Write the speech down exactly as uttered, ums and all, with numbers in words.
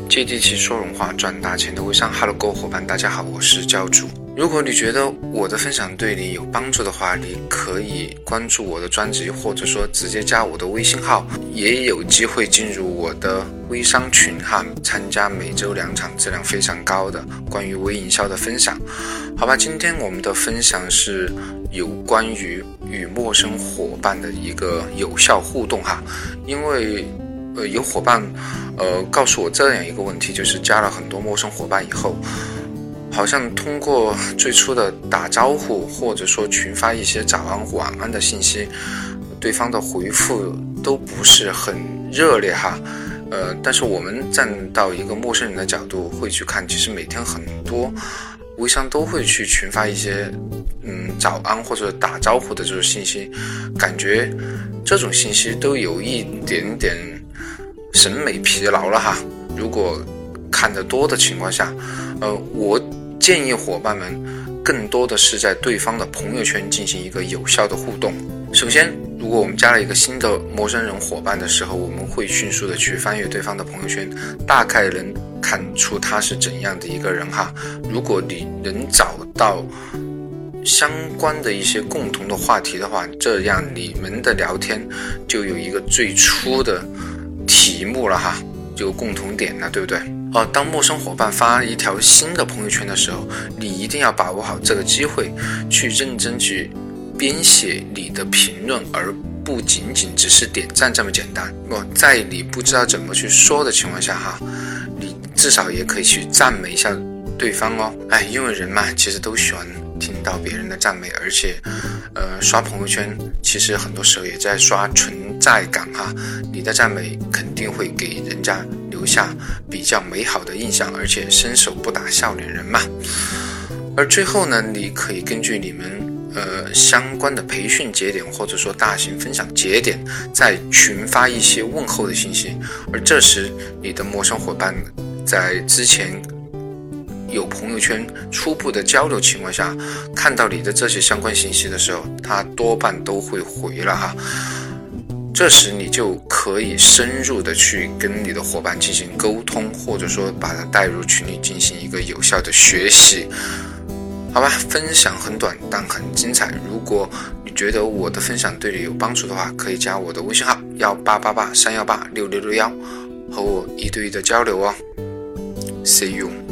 接地气说人话赚大钱的微商 Hello Go 伙伴大家好，我是教主。如果你觉得我的分享对你有帮助的话，你可以关注我的专辑，或者说直接加我的微信号，也有机会进入我的微商群哈，参加每周两场质量非常高的关于微营销的分享。好吧，今天我们的分享是有关于与陌生伙伴的一个有效互动哈，因为呃有伙伴呃告诉我这样一个问题，就是加了很多陌生伙伴以后，好像通过最初的打招呼，或者说群发一些早安晚安的信息，对方的回复都不是很热烈哈。呃，但是我们站到一个陌生人的角度会去看，其实每天很多微商都会去群发一些嗯早安或者打招呼的这种信息，感觉这种信息都有一点点审美疲劳了哈。如果看得多的情况下，呃，我建议伙伴们更多的是在对方的朋友圈进行一个有效的互动。首先，如果我们加了一个新的陌生人伙伴的时候，我们会迅速的去翻阅对方的朋友圈，大概能看出他是怎样的一个人哈。如果你能找到相关的一些共同的话题的话，这样你们的聊天就有一个最初的题目了哈，就有共同点了，对不对？哦，当陌生伙伴发一条新的朋友圈的时候，你一定要把握好这个机会，去认真去编写你的评论，而不仅仅只是点赞这么简单。哦，在你不知道怎么去说的情况下哈，你至少也可以去赞美一下对方哦。哎，因为人嘛，其实都喜欢听到别人的赞美，而且呃，刷朋友圈其实很多时候也在刷存在感哈。你的赞美肯定会给人家留下比较美好的印象，而且伸手不打笑脸人嘛。而最后呢，你可以根据你们呃相关的培训节点，或者说大型分享节点，再群发一些问候的信息。而这时你的陌生伙伴在之前有朋友圈初步的交流情况下，看到你的这些相关信息的时候，他多半都会回了哈。这时你就可以深入的去跟你的伙伴进行沟通，或者说把它带入群里进行一个有效的学习。好吧，分享很短但很精彩。如果你觉得我的分享对你有帮助的话，可以加我的微信号幺八八八三幺八六六六幺，和我一对一的交流哦。See you。